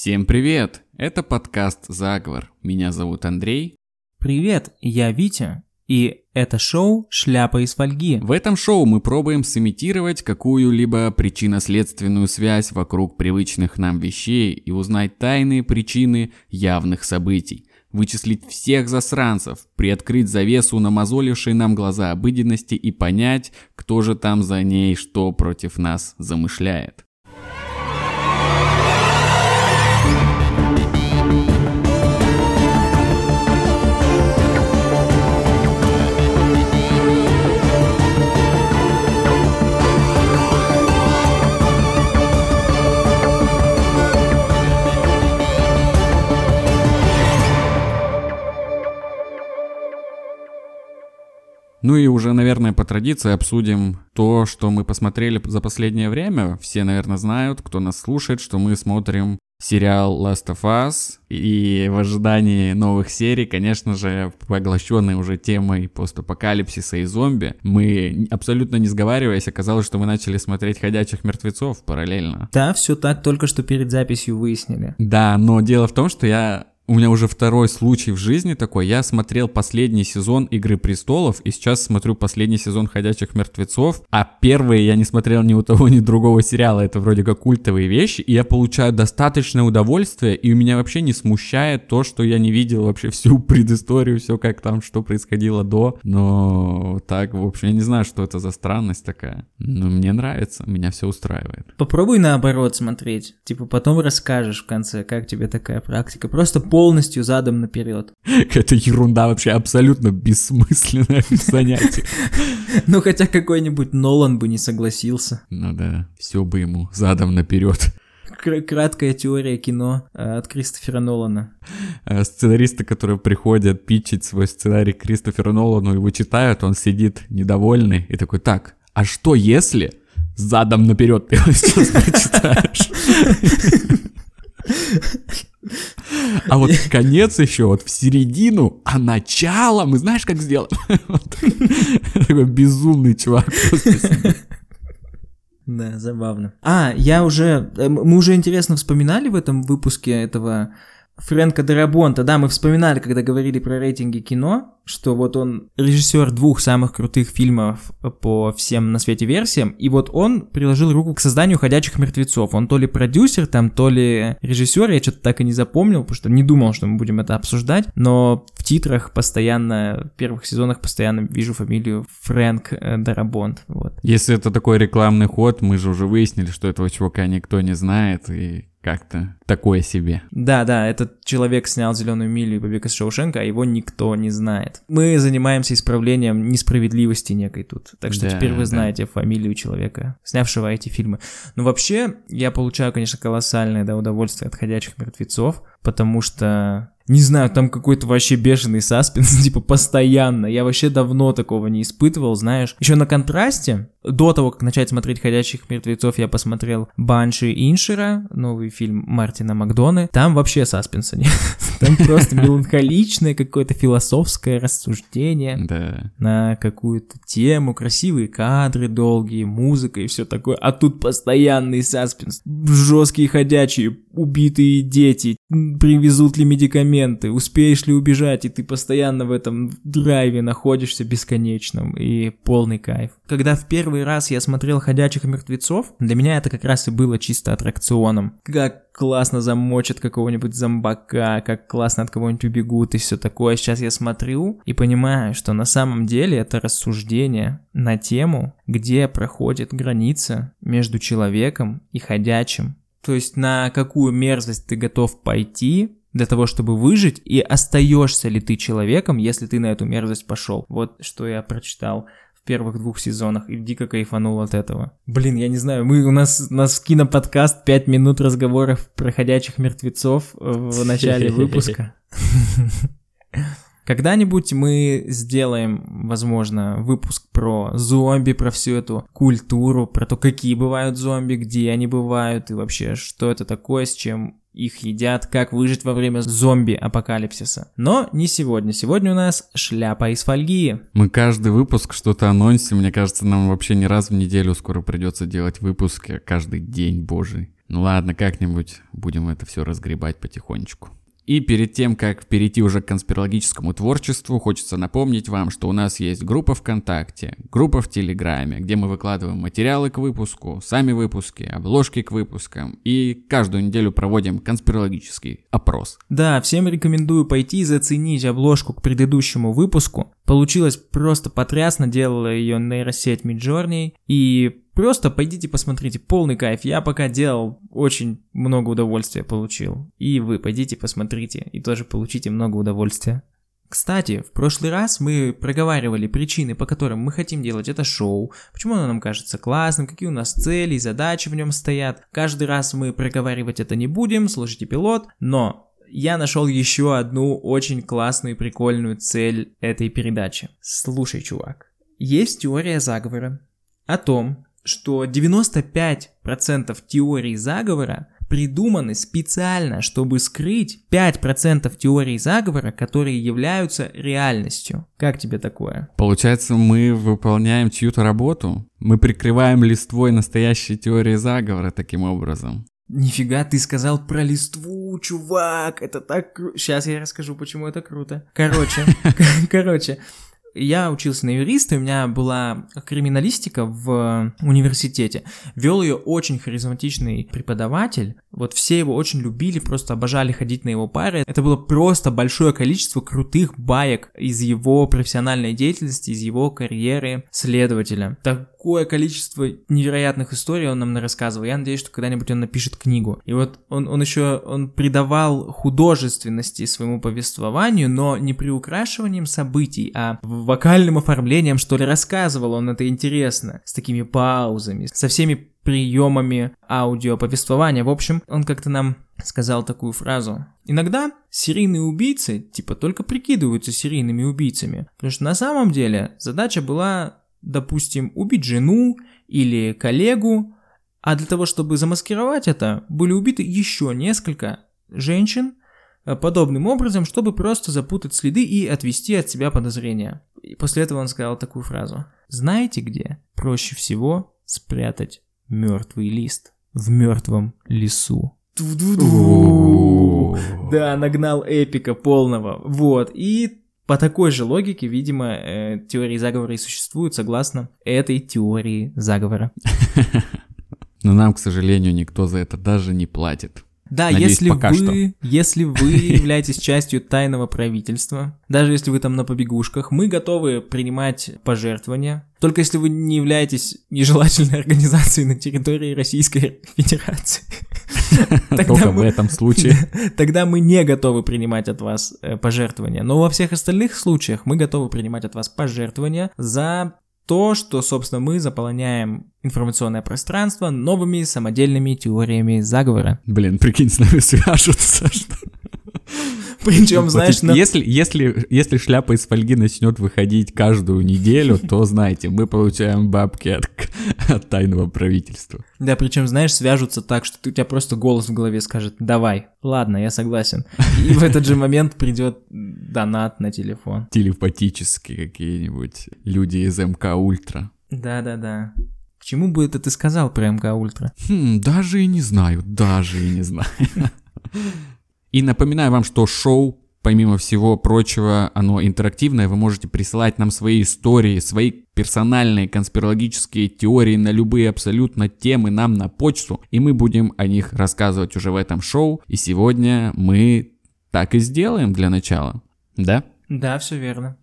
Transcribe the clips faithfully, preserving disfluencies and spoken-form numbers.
Всем привет! Это подкаст «Заговор». Меня зовут Андрей. Привет, я Витя. И это шоу «Шляпа из фольги». В этом шоу мы пробуем сымитировать какую-либо причинно-следственную связь вокруг привычных нам вещей и узнать тайные причины явных событий. Вычислить всех засранцев, приоткрыть завесу намазолившей нам глаза обыденности и понять, кто же там за ней что против нас замышляет. Ну и уже, наверное, по традиции обсудим то, что мы посмотрели за последнее время. Все, наверное, знают, кто нас слушает, что мы смотрим сериал Last of Us. И в ожидании новых серий, конечно же, поглощенной уже темой постапокалипсиса и зомби, мы, абсолютно не сговариваясь, оказалось, что мы начали смотреть «Ходячих мертвецов» параллельно. Да, все так, только что перед записью выяснили. Да, но дело в том, что я... У меня уже второй случай в жизни такой. Я смотрел последний сезон «Игры престолов» и сейчас смотрю последний сезон «Ходячих мертвецов», а первые я не смотрел ни у того, ни другого сериала. Это вроде как культовые вещи, и я получаю достаточное удовольствие, и у меня вообще не смущает то, что я не видел вообще всю предысторию, все как там, что происходило до. Но так, в общем, я не знаю, что это за странность такая. Но мне нравится, меня все устраивает. Попробуй наоборот смотреть. Типа потом расскажешь в конце, как тебе такая практика. Просто полностью задом наперед. Какая-то ерунда вообще, абсолютно бессмысленное занятие. Ну хотя какой-нибудь Нолан бы не согласился. Ну да, все бы ему задом наперед. Краткая теория кино от Кристофера Нолана. Сценаристы, которые приходят питчить свой сценарий Кристоферу Нолану, его читают, он сидит недовольный и такой: так, а что если задом наперед ты его сейчас прочитаешь? А вот конец еще, вот в середину, а начало мы знаешь, как сделаем? Такой безумный чувак. Да, забавно. А, я уже... Мы уже интересно вспоминали в этом выпуске этого Фрэнка Дарабонта. Да, мы вспоминали, когда говорили про рейтинги кино, что вот он режиссер двух самых крутых фильмов по всем на свете версиям, и вот он приложил руку к созданию «Ходячих мертвецов». Он то ли продюсер там, то ли режиссер, я что-то так и не запомнил, потому что не думал, что мы будем это обсуждать, но в титрах постоянно, в первых сезонах постоянно вижу фамилию Фрэнк Дарабонт. Вот. Если это такой рекламный ход, мы же уже выяснили, что этого чувака никто не знает, и как-то такое себе. Да, да, этот человек снял «Зеленую милю» и «Побег из Шоушенка», а его никто не знает. Мы занимаемся исправлением несправедливости некой тут. Так что да, теперь вы знаете да. фамилию человека, снявшего эти фильмы. Но вообще, я получаю, конечно, колоссальное да, удовольствие от «Ходячих мертвецов», потому что... Не знаю, там какой-то вообще бешеный саспенс, типа постоянно. Я вообще давно такого не испытывал, знаешь. Еще на контрасте, до того, как начать смотреть «Ходячих мертвецов», я посмотрел «Банши Иншира», новый фильм Мартина Макдоны. Там вообще саспенса нет. Там просто меланхоличное какое-то философское рассуждение да. на какую-то тему, красивые кадры долгие, музыка и все такое. А тут постоянный саспенс. Жесткие ходячие, убитые дети, привезут ли медикаменты, успеешь ли убежать, и ты постоянно в этом драйве находишься бесконечном, и полный кайф. Когда в первый раз я смотрел «Ходячих мертвецов», для меня это как раз и было чисто аттракционом. Как классно замочат какого-нибудь зомбака, как классно от кого-нибудь убегут и все такое. Сейчас я смотрю и понимаю, что на самом деле это рассуждение на тему, где проходит граница между человеком и ходячим. То есть на какую мерзость ты готов пойти для того, чтобы выжить, и остаешься ли ты человеком, если ты на эту мерзость пошел. Вот что я прочитал в первых двух сезонах и дико кайфанул от этого. Блин, я не знаю, мы, у нас, у нас киноподкаст, пять минут разговоров про «Ходячих мертвецов» в начале выпуска. Когда-нибудь мы сделаем, возможно, выпуск про зомби, про всю эту культуру, про то, какие бывают зомби, где они бывают и вообще, что это такое, с чем их едят, как выжить во время зомби-апокалипсиса. Но не сегодня. Сегодня у нас шляпа из фольги. Мы каждый выпуск что-то анонсим. Мне кажется, нам вообще не раз в неделю скоро придется делать выпуски, а каждый день, божий. Ну ладно, как-нибудь будем это все разгребать потихонечку. И перед тем, как перейти уже к конспирологическому творчеству, хочется напомнить вам, что у нас есть группа ВКонтакте, группа в Телеграме, где мы выкладываем материалы к выпуску, сами выпуски, обложки к выпускам, и каждую неделю проводим конспирологический опрос. Да, всем рекомендую пойти и заценить обложку к предыдущему выпуску. Получилось просто потрясно, делала ее нейросеть Midjourney, и просто пойдите посмотрите, полный кайф. Я пока делал, очень много удовольствия получил. И вы пойдите посмотрите и тоже получите много удовольствия. Кстати, в прошлый раз мы проговаривали причины, по которым мы хотим делать это шоу, почему оно нам кажется классным, какие у нас цели и задачи в нем стоят. Каждый раз мы проговаривать это не будем, слушайте пилот, но я нашел еще одну очень классную и прикольную цель этой передачи. Слушай, чувак, есть теория заговора о том, что девяносто пять процентов теорий заговора придуманы специально, чтобы скрыть пять процентов теорий заговора, которые являются реальностью. Как тебе такое? Получается, мы выполняем чью-то работу? Мы прикрываем листвой настоящие теории заговора таким образом? Нифига, ты сказал про листву, чувак, это так круто. Сейчас я расскажу, почему это круто. Короче, короче, я учился на юриста, у меня была криминалистика в университете. Вел ее очень харизматичный преподаватель. Вот все его очень любили, просто обожали ходить на его пары. Это было просто большое количество крутых баек из его профессиональной деятельности, из его карьеры следователя. Такое количество невероятных историй он нам рассказывал. Я надеюсь, что когда-нибудь он напишет книгу. И вот он, он еще он придавал художественности своему повествованию, но не приукрашиванием событий, а вокальным оформлением, что ли, рассказывал он это интересно, с такими паузами, со всеми приемами аудиоповествования. В общем, он как-то нам сказал такую фразу. Иногда серийные убийцы, типа, только прикидываются серийными убийцами, потому что на самом деле задача была, допустим, убить жену или коллегу, а для того, чтобы замаскировать это, были убиты еще несколько женщин подобным образом, чтобы просто запутать следы и отвести от себя подозрения. И после этого он сказал такую фразу. Знаете, где проще всего спрятать мертвый лист? В мертвом лесу. Да, нагнал эпика полного. Вот, и по такой же логике, видимо, э, теории заговора и существуют согласно этой теории заговора. Но нам, к сожалению, никто за это даже не платит. Да, Надеюсь, если пока вы, что. если вы являетесь частью тайного правительства, даже если вы там на побегушках, мы готовы принимать пожертвования. Только если вы не являетесь нежелательной организацией на территории Российской Федерации. Только в этом случае. Тогда мы не готовы принимать от вас пожертвования. Но во всех остальных случаях мы готовы принимать от вас пожертвования за то, что, собственно, мы заполняем информационное пространство новыми самодельными теориями заговора. Блин, прикинь, с нами свяжутся, что... Причем, знаешь... На... Если, если, если шляпа из фольги начнет выходить каждую неделю, то, знаете, мы получаем бабки от, от тайного правительства. Да, причем, знаешь, свяжутся так, что у тебя просто голос в голове скажет «давай». Ладно, я согласен. И в этот же момент придет донат на телефон. Телепатические какие-нибудь люди из МК Ультра. Да-да-да. К чему бы это ты сказал про МК Ультра? Хм, даже и не знаю, даже и не знаю. И напоминаю вам, что шоу, помимо всего прочего, оно интерактивное. Вы можете присылать нам свои истории, свои персональные конспирологические теории на любые абсолютно темы нам на почту. И мы будем о них рассказывать уже в этом шоу. И сегодня мы так и сделаем для начала. Да? Да, все верно.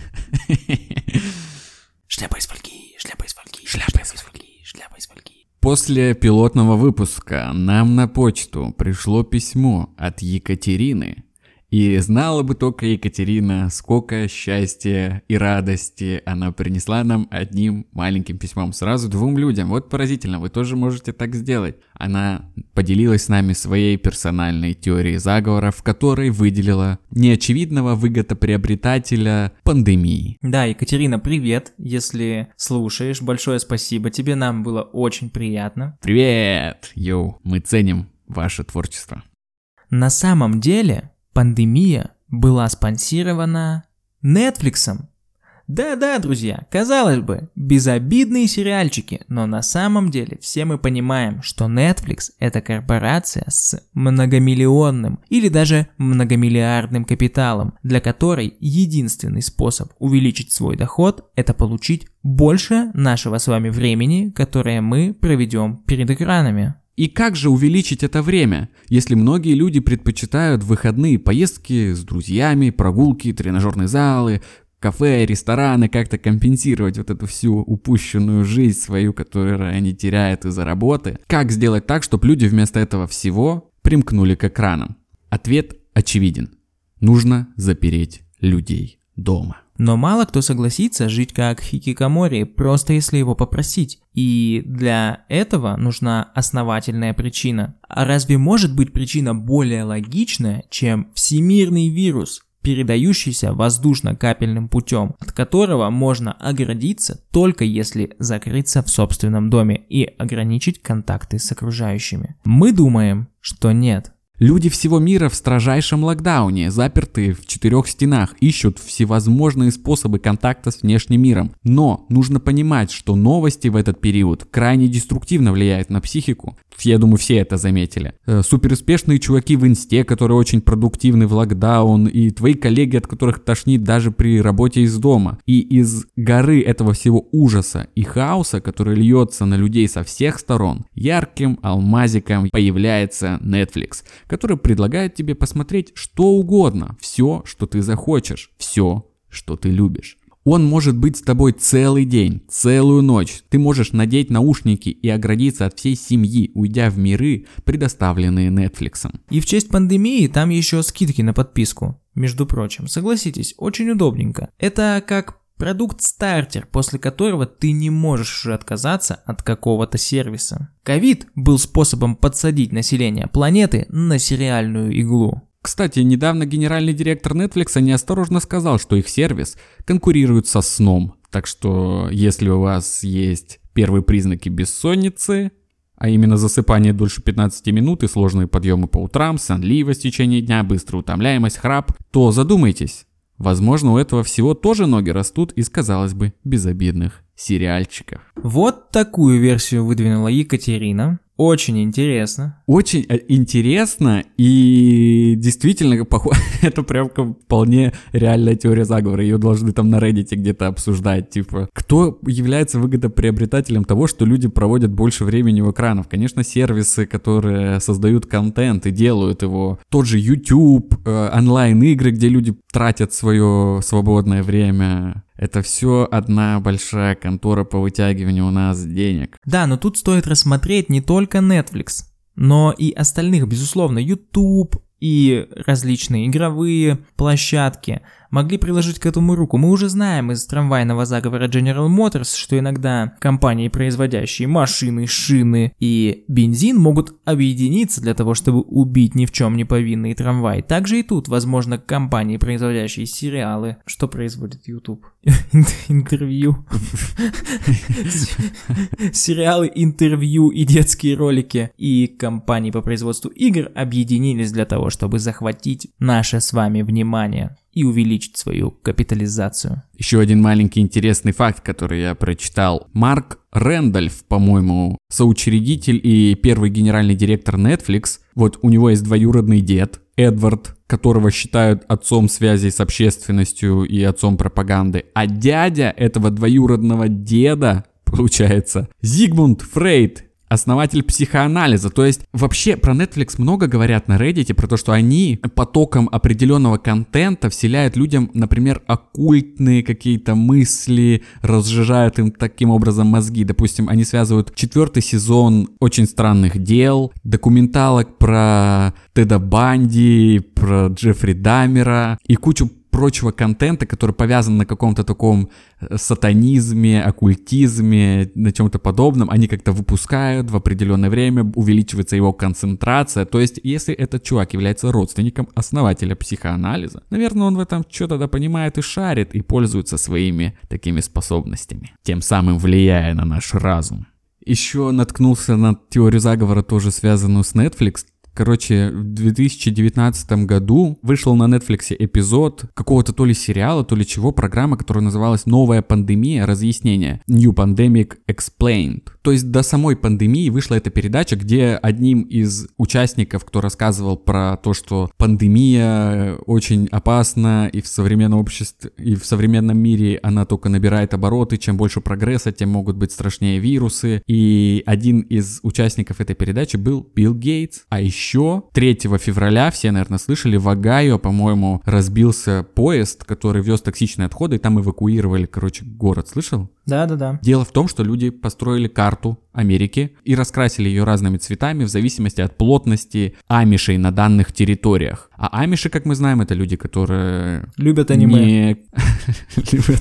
Шляпа из фольги, шляпа из фольги, Шляпа из фольги, шляпа из фольги. После пилотного выпуска нам на почту пришло письмо от Екатерины. И знала бы только Екатерина, сколько счастья и радости она принесла нам одним маленьким письмом. Сразу двум людям. Вот поразительно, вы тоже можете так сделать. Она поделилась с нами своей персональной теорией заговора, в которой выделила неочевидного выгодоприобретателя пандемии. Да, Екатерина, привет, если слушаешь. Большое спасибо тебе, нам было очень приятно. Привет, йоу, мы ценим ваше творчество. На самом деле, пандемия была спонсирована Netflix'ом. Да-да, друзья, казалось бы, безобидные сериальчики, но на самом деле все мы понимаем, что Netflix – это корпорация с многомиллионным или даже многомиллиардным капиталом, для которой единственный способ увеличить свой доход – это получить больше нашего с вами времени, которое мы проведем перед экранами. И как же увеличить это время, если многие люди предпочитают выходные поездки с друзьями, прогулки, тренажерные залы, кафе, рестораны, как-то компенсировать вот эту всю упущенную жизнь свою, которую они теряют из-за работы? Как сделать так, чтобы люди вместо этого всего примкнули к экранам? Ответ очевиден. Нужно запереть людей дома. Но мало кто согласится жить как хикикамори, просто если его попросить. И для этого нужна основательная причина. А разве может быть причина более логичная, чем всемирный вирус, передающийся воздушно-капельным путем, от которого можно оградиться только если закрыться в собственном доме и ограничить контакты с окружающими? Мы думаем, что нет. Люди всего мира в строжайшем локдауне, запертые в четырех стенах, ищут всевозможные способы контакта с внешним миром. Но нужно понимать, что новости в этот период крайне деструктивно влияют на психику. Я думаю, все это заметили. Э, суперуспешные чуваки в инсте, которые очень продуктивны в локдаун, и твои коллеги, от которых тошнит даже при работе из дома. И из горы этого всего ужаса и хаоса, который льется на людей со всех сторон, ярким алмазиком появляется Netflix, который предлагает тебе посмотреть что угодно, все, что ты захочешь, все, что ты любишь. Он может быть с тобой целый день, целую ночь. Ты можешь надеть наушники и оградиться от всей семьи, уйдя в миры, предоставленные Netflix'ом. И в честь пандемии там еще скидки на подписку. Между прочим, согласитесь, очень удобненько. Это как продукт-стартер, после которого ты не можешь уже отказаться от какого-то сервиса. Ковид был способом подсадить население планеты на сериальную иглу. Кстати, недавно генеральный директор Netflix неосторожно сказал, что их сервис конкурирует со сном. Так что, если у вас есть первые признаки бессонницы, а именно засыпание дольше пятнадцати минут и сложные подъемы по утрам, сонливость в течение дня, быстрая утомляемость, храп, то задумайтесь. Возможно, у этого всего тоже ноги растут из, казалось бы, безобидных сериальчиков. Вот такую версию выдвинула Екатерина. Очень интересно. Очень интересно и действительно похоже, это прям как вполне реальная теория заговора. Ее должны там на Reddit где-то обсуждать. Типа, кто является выгодоприобретателем того, что люди проводят больше времени у экранов? Конечно, сервисы, которые создают контент и делают его. Тот же YouTube, э, онлайн-игры, где люди тратят свое свободное время. Это все одна большая контора по вытягиванию у нас денег. Да, но тут стоит рассмотреть не только Netflix, но и остальных, безусловно, YouTube и различные игровые площадки могли приложить к этому руку. Мы уже знаем из трамвайного заговора General Motors, что иногда компании, производящие машины, шины и бензин, могут объединиться для того, чтобы убить ни в чем не повинный трамвай. Также и тут, возможно, компании, производящие сериалы. Что производит YouTube? Интервью. Сериалы, интервью и детские ролики. И компании по производству игр объединились для того, чтобы захватить наше с вами внимание и увеличить свою капитализацию. Еще один маленький интересный факт, который я прочитал. Марк Рэндольф, по-моему, соучредитель и первый генеральный директор Netflix. Вот у него есть двоюродный дед, Эдвард, которого считают отцом связей с общественностью и отцом пропаганды. А дядя этого двоюродного деда, получается, Зигмунд Фрейд, основатель психоанализа. То есть вообще про Netflix много говорят на Reddit, про то, что они потоком определенного контента вселяют людям, например, оккультные какие-то мысли, разжижают им таким образом мозги. Допустим, они связывают четвертый сезон «Очень странных дел», документалок про Теда Банди, про Джеффри Даммера и кучу прочего контента, который повязан на каком-то таком сатанизме, оккультизме, на чем-то подобном, они как-то выпускают в определенное время, увеличивается его концентрация. То есть, если этот чувак является родственником основателя психоанализа, наверное, он в этом что-то да понимает и шарит, и пользуется своими такими способностями, тем самым влияя на наш разум. Еще наткнулся на теорию заговора, тоже связанную с Netflix, Короче, в две тысячи девятнадцатом году вышел на Netflix эпизод какого-то то ли сериала, то ли чего, программа, которая называлась «Новая пандемия. Разъяснение». New Pandemic Explained. То есть до самой пандемии вышла эта передача, где одним из участников, кто рассказывал про то, что пандемия очень опасна, и в современном обществе, и в современном мире она только набирает обороты, чем больше прогресса, тем могут быть страшнее вирусы. И один из участников этой передачи был Билл Гейтс. А еще третьего февраля, все, наверное, слышали, в Огайо, по-моему, разбился поезд, который вез токсичные отходы, и там эвакуировали, короче, город. Слышал? Да-да-да. Дело в том, что люди построили карту Америки и раскрасили ее разными цветами в зависимости от плотности амишей на данных территориях. А амиши, как мы знаем, это люди, которые... Любят аниме. Не... Любят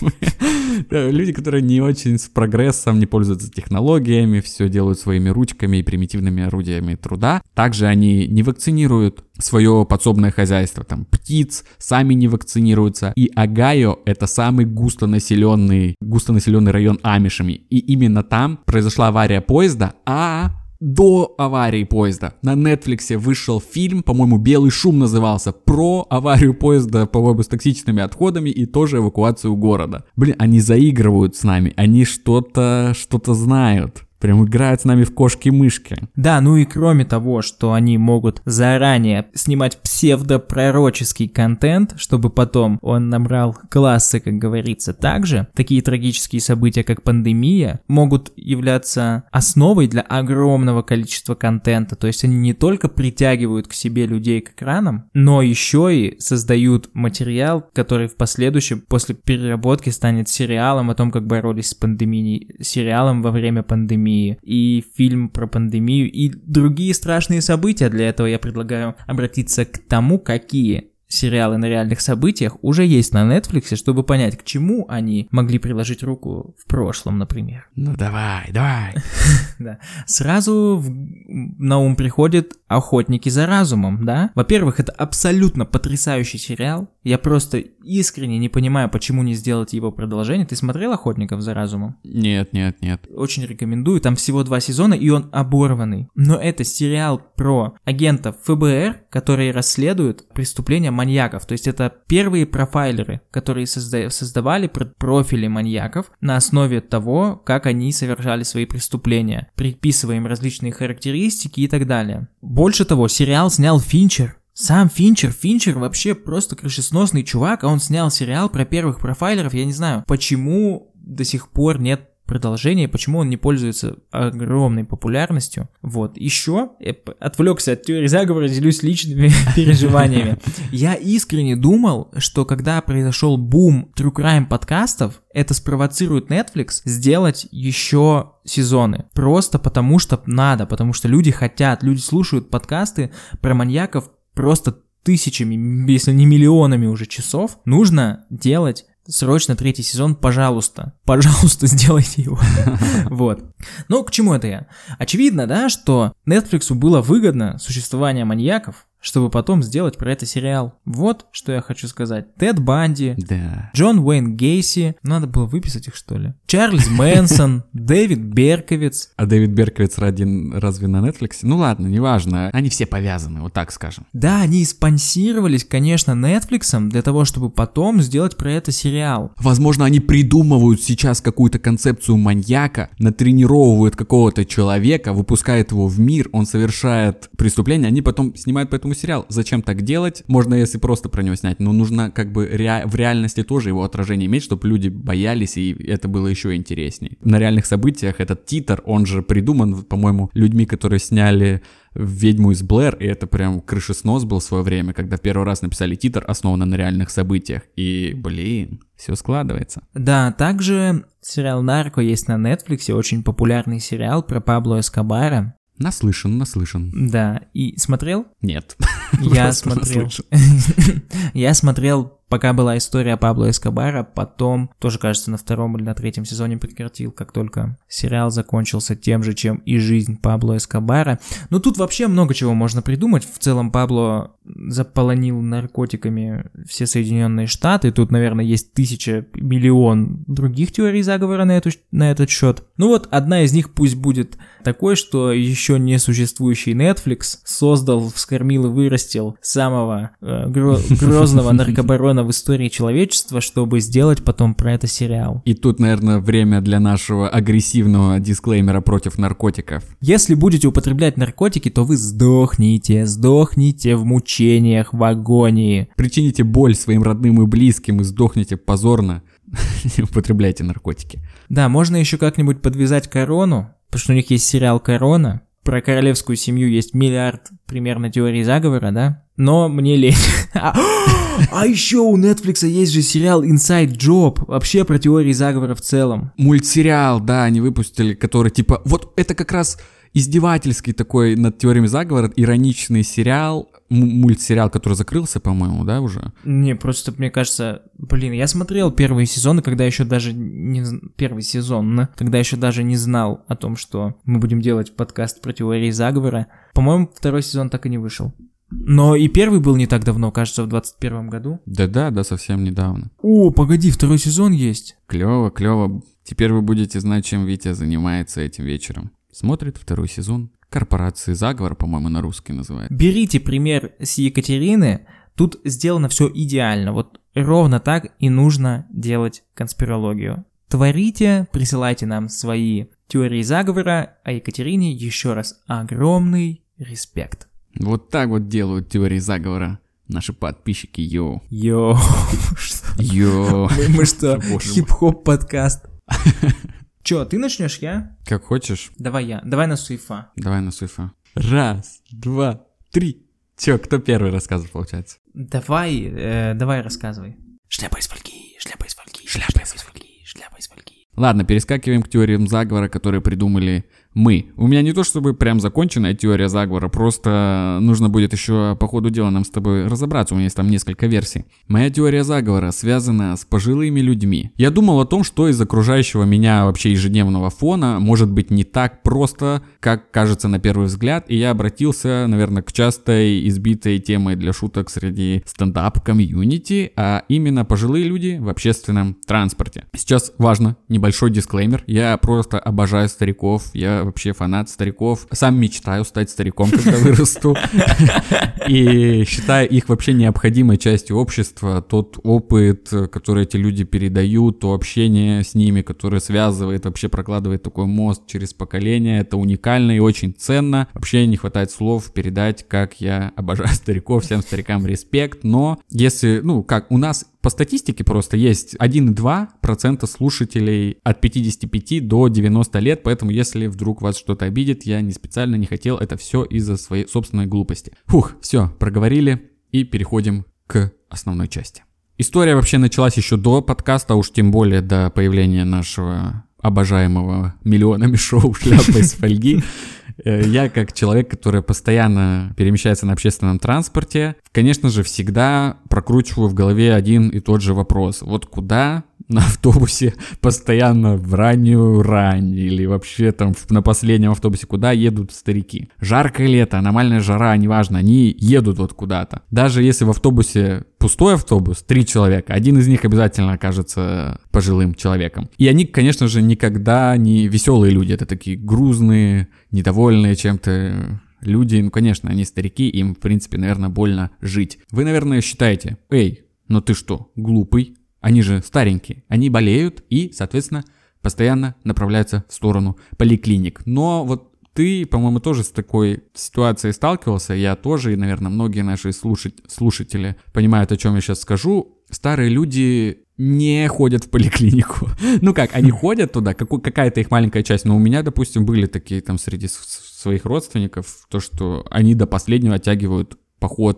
аниме. Люди, которые не очень с прогрессом, не пользуются технологиями, все делают своими ручками и примитивными орудиями труда. Также они не вакцинируют свое подсобное хозяйство, там, птиц, сами не вакцинируются. И Огайо — это самый густонаселенный, густонаселенный район амишами. И именно там произошла авария поезда, а... До аварии поезда на Netflix вышел фильм, по-моему, «Белый шум» назывался, про аварию поезда, по-моему, с токсичными отходами и тоже эвакуацию города. Блин, они заигрывают с нами, они что-то, что-то знают. Прям играют с нами в кошки-мышки. Да, ну и кроме того, что они могут заранее снимать псевдопророческий контент, чтобы потом он набрал классы, как говорится, также такие трагические события, как пандемия, могут являться основой для огромного количества контента. То есть они не только притягивают к себе людей к экранам, но еще и создают материал, который в последующем, после переработки, станет сериалом о том, как боролись с пандемией, сериалом во время пандемии, и фильм про пандемию, и другие страшные события. Для этого я предлагаю обратиться к тому, какие сериалы на реальных событиях уже есть на Netflix, чтобы понять, к чему они могли приложить руку в прошлом, например. Ну давай, давай. Да. Сразу в... на ум приходит «Охотники за разумом», да? Во-первых, это абсолютно потрясающий сериал. Я просто искренне не понимаю, почему не сделать его продолжение. Ты смотрел «Охотников за разумом»? Нет, нет, нет. Очень рекомендую. Там всего два сезона, и он оборванный. Но это сериал про агентов эф бэ эр, которые расследуют преступления маньяков. То есть это первые профайлеры, которые созда- создавали профили маньяков на основе того, как они совершали свои преступления, приписывая им различные характеристики и так далее. Больше того, сериал снял Финчер. Сам Финчер, Финчер вообще просто крышесносный чувак, а он снял сериал про первых профайлеров. Я не знаю, почему до сих пор нет продолжение, почему он не пользуется огромной популярностью. Вот, еще, я отвлекся от теории заговора, делюсь личными переживаниями. Я искренне думал, что когда произошел бум True Crime подкастов, это спровоцирует Netflix сделать еще сезоны. Просто потому что надо, потому что люди хотят, люди слушают подкасты про маньяков просто тысячами, если не миллионами уже часов. Нужно делать срочно третий сезон, пожалуйста. Пожалуйста, сделайте его. Вот. Ну, к чему это я? Очевидно, да, что Netflix было выгодно существование маньяков, чтобы потом сделать про это сериал. Вот, что я хочу сказать. Тед Банди, да. Джон Уэйн Гейси, надо было выписать их, что ли? Чарльз Мэнсон, Дэвид Берковиц. А Дэвид Берковиц ради, разве на Netflix? Ну ладно, неважно. Они все повязаны, вот так скажем. Да, они спонсировались, конечно, Netflix'ом для того, чтобы потом сделать про это сериал. Возможно, они придумывают сейчас какую-то концепцию маньяка, натренировывают какого-то человека, выпускают его в мир, он совершает преступление, они потом снимают по этому сериал. Зачем так делать? Можно, если просто про него снять, но нужно как бы ре... в реальности тоже его отражение иметь, чтобы люди боялись, и это было еще интересней. На реальных событиях этот титр, он же придуман, по-моему, людьми, которые сняли «Ведьму из Блэр», и это прям крышеснос был в свое время, когда первый раз написали титр, основанный на реальных событиях. И, блин, все складывается. Да, также сериал «Нарко» есть на Netflix, очень популярный сериал про Пабло Эскобара. Наслышан, наслышан. Да, и смотрел? Нет. Я смотрел. Я смотрел Пока была история Пабло Эскобара, потом, тоже, кажется, на втором или на третьем сезоне прекратил, как только сериал закончился тем же, чем и жизнь Пабло Эскобара. Но тут вообще много чего можно придумать. В целом Пабло заполонил наркотиками все Соединенные Штаты. Тут, наверное, есть тысяча, миллион других теорий заговора на, эту, на этот счет. Ну вот, одна из них пусть будет такой, что еще не существующий Netflix создал, вскормил и вырастил самого э, гро- грозного наркобарона в истории человечества, чтобы сделать потом про это сериал. И тут, наверное, время для нашего агрессивного дисклеймера против наркотиков. Если будете употреблять наркотики, то вы сдохнете, сдохнете в мучениях, в агонии. Причините боль своим родным и близким и сдохнете позорно. Не употребляйте наркотики. Да, можно еще как-нибудь подвязать корону, потому что у них есть сериал «Корона». Про королевскую семью есть миллиард примерно теорий заговора, да? Но мне лень. А, а еще у Netflix есть же сериал Inside Job, вообще про теории заговора в целом. Мультсериал, да, они выпустили, который типа... Вот это как раз издевательский такой над теориями заговора, ироничный сериал, м- мультсериал, который закрылся, по-моему, да, уже? Не, просто мне кажется... Блин, я смотрел первые сезоны, когда еще даже не... Первый сезон, когда еще даже не знал о том, что мы будем делать подкаст про теории заговора. По-моему, второй сезон так и не вышел. Но и первый был не так давно, кажется, в двадцать первом году. Да-да, да, совсем недавно. О, погоди, второй сезон есть. Клево, клево. Теперь вы будете знать, чем Витя занимается этим вечером. Смотрит второй сезон «Корпорации заговора», по-моему, на русский называют. Берите пример с Екатерины. Тут сделано все идеально. Вот ровно так и нужно делать конспирологию. Творите, присылайте нам свои теории заговора, а Екатерине еще раз огромный респект. Вот так вот делают теории заговора наши подписчики, йоу. Йоу. Йоу. Мы что, хип-хоп подкаст? Чё, ты начнешь, я? Как хочешь. Давай я, давай на суефа. Давай на суефа. Раз, два, три. Чё, кто первый рассказывает, получается? Давай, э, давай рассказывай. Шляпа из фольги, шляпа из фольги, шляпа из фольги, шляпа из фольги. Ладно, перескакиваем к теориям заговора, которые придумали мы. У меня не то чтобы прям законченная теория заговора, просто нужно будет еще по ходу дела нам с тобой разобраться, у меня есть там несколько версий. Моя теория заговора связана с пожилыми людьми. Я думал о том, что из окружающего меня вообще ежедневного фона может быть не так просто, как кажется на первый взгляд, и я обратился, наверное, к частой избитой темой для шуток среди стендап-комьюнити, а именно пожилые люди в общественном транспорте. Сейчас важно, небольшой дисклеймер, я просто обожаю стариков, я вообще фанат стариков. Сам мечтаю стать стариком, когда вырасту. И считаю их вообще необходимой частью общества. Тот опыт, который эти люди передают, то общение с ними, которое связывает, вообще прокладывает такой мост через поколения. Это уникально и очень ценно. Вообще не хватает слов передать, как я обожаю стариков. Всем старикам респект. Но если, ну, как у нас по статистике просто есть один и два десятых процента слушателей от пятидесяти пяти до девяноста лет, поэтому если вдруг вас что-то обидит, я не специально не хотел, это все из-за своей собственной глупости. Фух, все, проговорили и переходим к основной части. История вообще началась еще до подкаста, уж тем более до появления нашего обожаемого миллионами шоу «Шляпа из фольги». Я, как человек, который постоянно перемещается на общественном транспорте, конечно же, всегда прокручиваю в голове один и тот же вопрос. Вот куда на автобусе постоянно в раннюю рань или вообще там на последнем автобусе куда едут старики? Жаркое лето, аномальная жара, неважно, они едут вот куда-то. Даже если в автобусе пустой автобус, три человека, один из них обязательно окажется пожилым человеком. И они, конечно же, никогда не веселые люди, это такие грузные, недовольные чем-то люди. Ну, конечно, они старики, им, в принципе, наверное, больно жить. Вы, наверное, считаете, эй, ну ты что, глупый? Они же старенькие, они болеют и, соответственно, постоянно направляются в сторону поликлиник. Но вот ты, по-моему, тоже с такой ситуацией сталкивался, я тоже, и, наверное, многие наши слушать, слушатели понимают, о чем я сейчас скажу. Старые люди не ходят в поликлинику. Ну как, они ходят туда, как, какая-то их маленькая часть, но у меня, допустим, были такие там среди своих родственников, то, что они до последнего оттягивают поход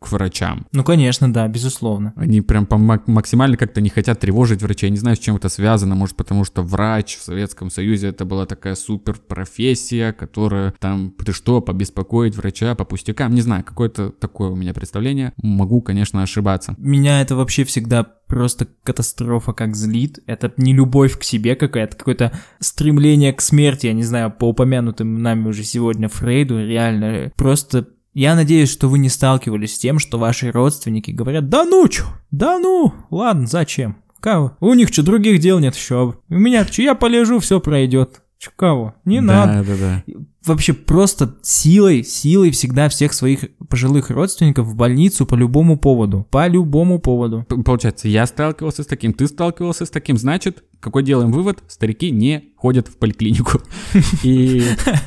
к врачам. Ну, конечно, да, безусловно. Они прям по максимально как-то не хотят тревожить врачей. Я не знаю, с чем это связано. Может, потому что врач в Советском Союзе это была такая супер профессия, которая там, ты что, побеспокоить врача по пустякам? Не знаю, какое-то такое у меня представление. Могу, конечно, ошибаться. Меня это вообще всегда просто катастрофа как злит. Это не любовь к себе какая-то, какое-то стремление к смерти, я не знаю, по упомянутым нами уже сегодня Фрейду, реально просто... Я надеюсь, что вы не сталкивались с тем, что ваши родственники говорят: да ну чё, да ну, ладно, зачем? Кого? У них что, других дел нет еще? У меня что, я полежу, все пройдет. Чё, кого? Не да, надо. Да, да. Вообще просто силой, силой всегда всех своих пожилых родственников в больницу по любому поводу. По любому поводу. Получается, я сталкивался с таким, ты сталкивался с таким, значит, какой делаем вывод? Старики не ходят в поликлинику. И...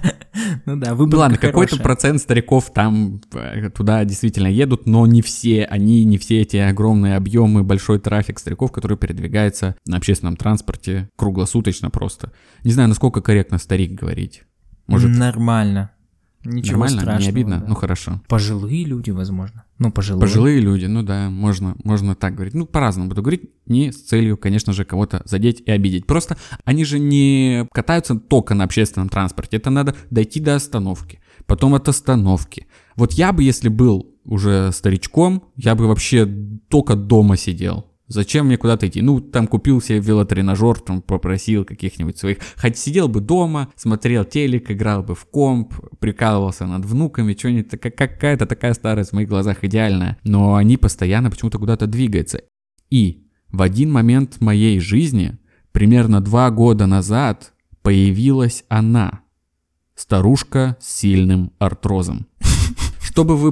Ну да, выборка ладно, хорошая. какой-то процент стариков там туда действительно едут, но не все, они не все эти огромные объемы, большой трафик стариков, которые передвигаются на общественном транспорте круглосуточно просто. Не знаю, насколько корректно старик говорить. Может, нормально. Ничего нормально? страшного. Не обидно? Да. Ну хорошо. Пожилые люди, возможно. Ну, пожилые. Пожилые люди, ну да, можно, можно так говорить. Ну, по-разному буду говорить, не с целью, конечно же, кого-то задеть и обидеть. Просто они же не катаются только на общественном транспорте. Это надо дойти до остановки, потом от остановки. Вот я бы, если был уже старичком, я бы вообще только дома сидел. Зачем мне куда-то идти? Ну, там купил себе велотренажер, там попросил каких-нибудь своих. Хоть сидел бы дома, смотрел телек, играл бы в комп, прикалывался над внуками, что-нибудь. Какая-то такая старость в моих глазах идеальная. Но они постоянно почему-то куда-то двигаются. И в один момент моей жизни, примерно два года назад, появилась она. Старушка с сильным артрозом. Чтобы вы,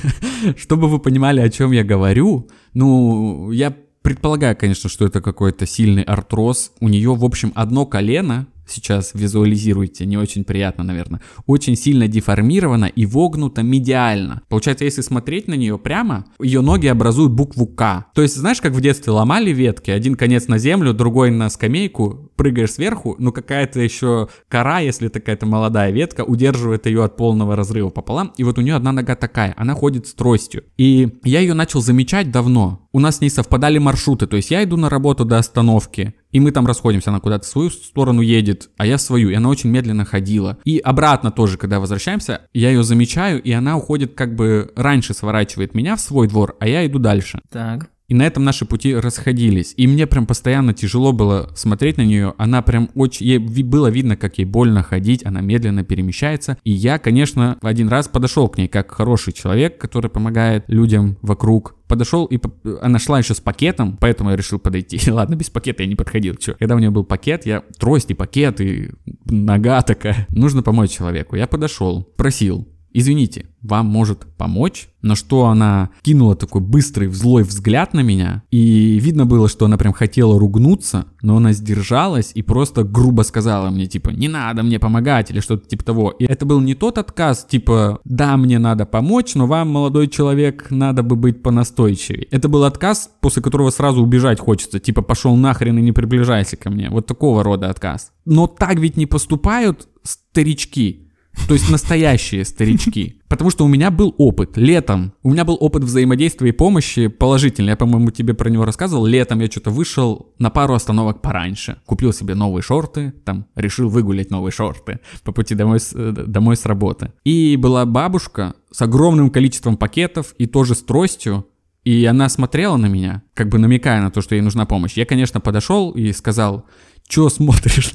чтобы вы понимали, о чем я говорю, ну, я предполагаю, конечно, что это какой-то сильный артроз. У нее, в общем, одно колено, сейчас визуализируйте, не очень приятно, наверное, очень сильно деформировано и вогнуто медиально. Получается, если смотреть на нее прямо, ее ноги образуют букву К. То есть, знаешь, как в детстве ломали ветки, один конец на землю, другой на скамейку, прыгаешь сверху, но какая-то еще кора, если такая-то молодая ветка, удерживает ее от полного разрыва пополам, и вот у нее одна нога такая, она ходит с тростью. И я ее начал замечать давно. У нас с ней совпадали маршруты, то есть я иду на работу до остановки, и мы там расходимся, она куда-то в свою сторону едет, а я в свою, и она очень медленно ходила. И обратно тоже, когда возвращаемся, я ее замечаю, и она уходит как бы раньше, сворачивает меня в свой двор, а я иду дальше. Так. И на этом наши пути расходились. И мне прям постоянно тяжело было смотреть на нее. Она прям очень... Ей было видно, как ей больно ходить. Она медленно перемещается. И я, конечно, один раз подошел к ней как хороший человек, который помогает людям вокруг. Подошел, и она шла еще с пакетом, поэтому я решил подойти. Ладно, без пакета я не подходил. Че? Когда у нее был пакет, я трость и пакет, и нога такая. Нужно помочь человеку. Я подошел, просил: извините, вам может помочь? На что она кинула такой быстрый злой взгляд на меня, и видно было, что она прям хотела ругнуться, но она сдержалась и просто грубо сказала мне, типа, не надо мне помогать, или что-то типа того. И это был не тот отказ, типа, да, мне надо помочь, но вам, молодой человек, надо бы быть понастойчивее. Это был отказ, после которого сразу убежать хочется, типа, пошел нахрен и не приближайся ко мне. Вот такого рода отказ. Но так ведь не поступают старички. То есть настоящие старички. Потому что у меня был опыт летом. У меня был опыт взаимодействия и помощи положительный. Я, по-моему, тебе про него рассказывал. Летом я что-то вышел на пару остановок пораньше. Купил себе новые шорты. Там решил выгулять новые шорты по пути домой с, домой с работы. И была бабушка с огромным количеством пакетов и тоже с тростью. И она смотрела на меня, как бы намекая на то, что ей нужна помощь. Я, конечно, подошел и сказал: чё смотришь?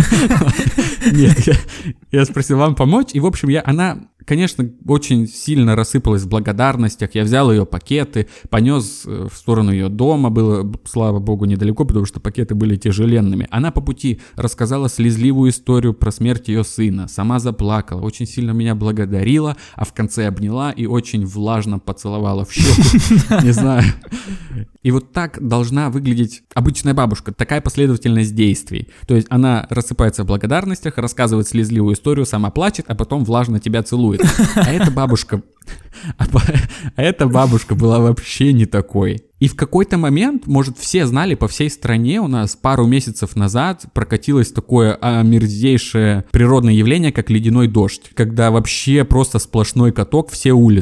Нет, я, я спросил, вам помочь? И, в общем, я, она, конечно, очень сильно рассыпалась в благодарностях. Я взял ее пакеты, понес в сторону ее дома. Было, слава богу, недалеко, потому что пакеты были тяжеленными. Она по пути рассказала слезливую историю про смерть ее сына. Сама заплакала, очень сильно меня благодарила, а в конце обняла и очень влажно поцеловала в щеку. Не знаю. И вот так должна выглядеть обычная бабушка. Такая последовательность действий. То есть она рассыпается в благодарностях, рассказывает слезливую историю, сама плачет, а потом влажно тебя целует. А эта бабушка... А эта бабушка была вообще не такой. И в какой-то момент, может, все знали, по всей стране у нас пару месяцев назад прокатилось такое омерзейшее природное явление, как ледяной дождь. Когда вообще просто сплошной каток все улицы.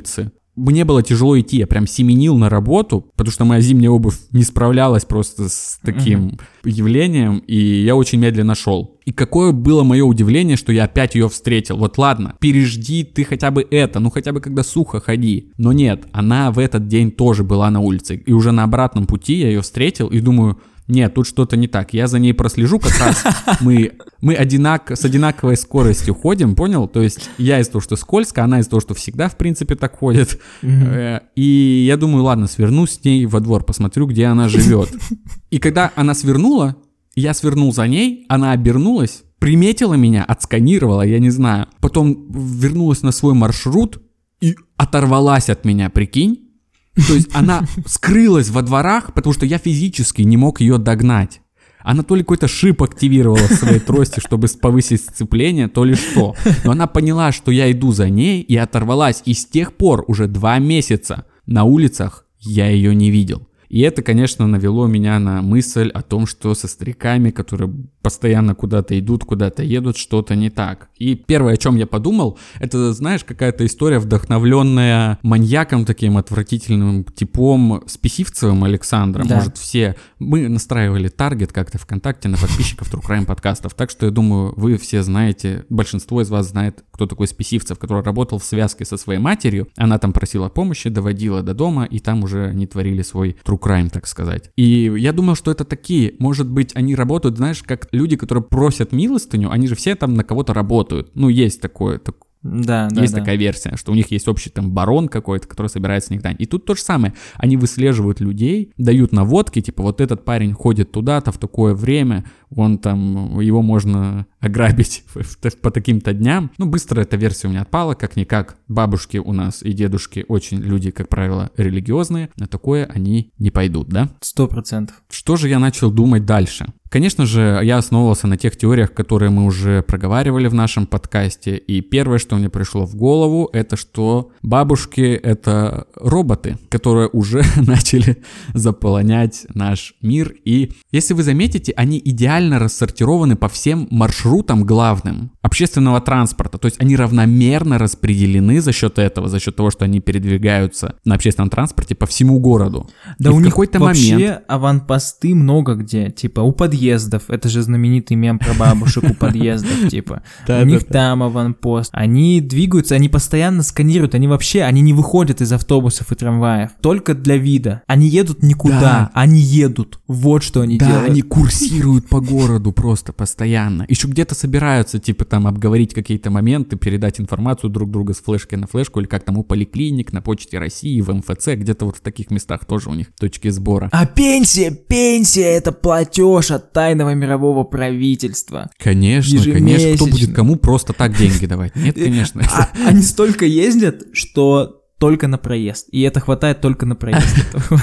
мне было тяжело идти, я прям семенил на работу, потому что моя зимняя обувь не справлялась просто с таким mm-hmm. явлением, и я очень медленно шел. И какое было мое удивление, что я опять ее встретил. Вот ладно, пережди ты хотя бы это, ну хотя бы когда сухо ходи. Но нет, она в этот день тоже была на улице, и уже на обратном пути я ее встретил, и думаю... Нет, тут что-то не так. Я за ней прослежу, как раз мы, мы одинак, с одинаковой скоростью ходим, понял? То есть я из-за того, что скользко, она из-за того, что всегда, в принципе, так ходит. Mm-hmm. И я думаю, ладно, сверну с ней во двор, посмотрю, где она живет. И когда она свернула, я свернул за ней, она обернулась, приметила меня, отсканировала, я не знаю. Потом вернулась на свой маршрут и оторвалась от меня, прикинь? То есть она скрылась во дворах, потому что я физически не мог ее догнать. Она то ли какой-то шип активировала в своей трости, чтобы повысить сцепление, то ли что. Но она поняла, что я иду за ней, и оторвалась. И с тех пор уже два месяца на улицах я ее не видел. И это, конечно, навело меня на мысль о том, что со стариками, которые постоянно куда-то идут, куда-то едут, что-то не так. И первое, о чем я подумал, это, знаешь, какая-то история, вдохновленная маньяком таким отвратительным типом Списивцевым Александром. Да. Может, все... Мы настраивали таргет как-то ВКонтакте на подписчиков True Crime подкастов, так что я думаю, вы все знаете, большинство из вас знает, кто такой Списивцев, который работал в связке со своей матерью. Она там просила помощи, доводила до дома, и там уже они творили свой True Crime, так сказать. И я думал, что это такие, может быть, они работают, знаешь, как люди, которые просят милостыню, они же все там на кого-то работают. Ну, есть такое, так, да, есть да, такая да. версия, что у них есть общий там барон какой-то, который собирает с них дань. И тут то же самое. Они выслеживают людей, дают наводки, типа вот этот парень ходит туда-то в такое время, он там, его можно ограбить по таким-то дням. Ну, быстро эта версия у меня отпала, как-никак. Бабушки у нас и дедушки очень люди, как правило, религиозные. На такое они не пойдут, да? Сто процентов. Что же я начал думать дальше? Конечно же, я основывался на тех теориях, которые мы уже проговаривали в нашем подкасте. И первое, что мне пришло в голову, это что бабушки — это роботы, которые уже начали заполонять наш мир. И если вы заметите, они идеально рассортированы по всем маршрутам главным общественного транспорта. То есть они равномерно распределены за счет этого, за счет того, что они передвигаются на общественном транспорте по всему городу. Да, и у в них какой-то вообще момент... аванпосты много где, типа у подъездов, это же знаменитый мем про бабушек у подъездов, типа, у них там аванпост, они двигаются, они постоянно сканируют, они вообще, они не выходят из автобусов и трамваев, только для вида, они едут никуда, они едут, вот что они делают. Да, они курсируют по городу просто постоянно, еще где-то собираются, типа там обговорить какие-то моменты, передать информацию друг друга с флешки на флешку, или как там у поликлиник, на Почте России, в эм эф цэ, где-то вот в таких местах тоже у них точки сбора. А пенсия, пенсия — это платеж от тайного мирового правительства. Конечно, конечно, кто будет кому просто так деньги давать? Нет, конечно. А, они столько ездят, что только на проезд, и это хватает только на проезд.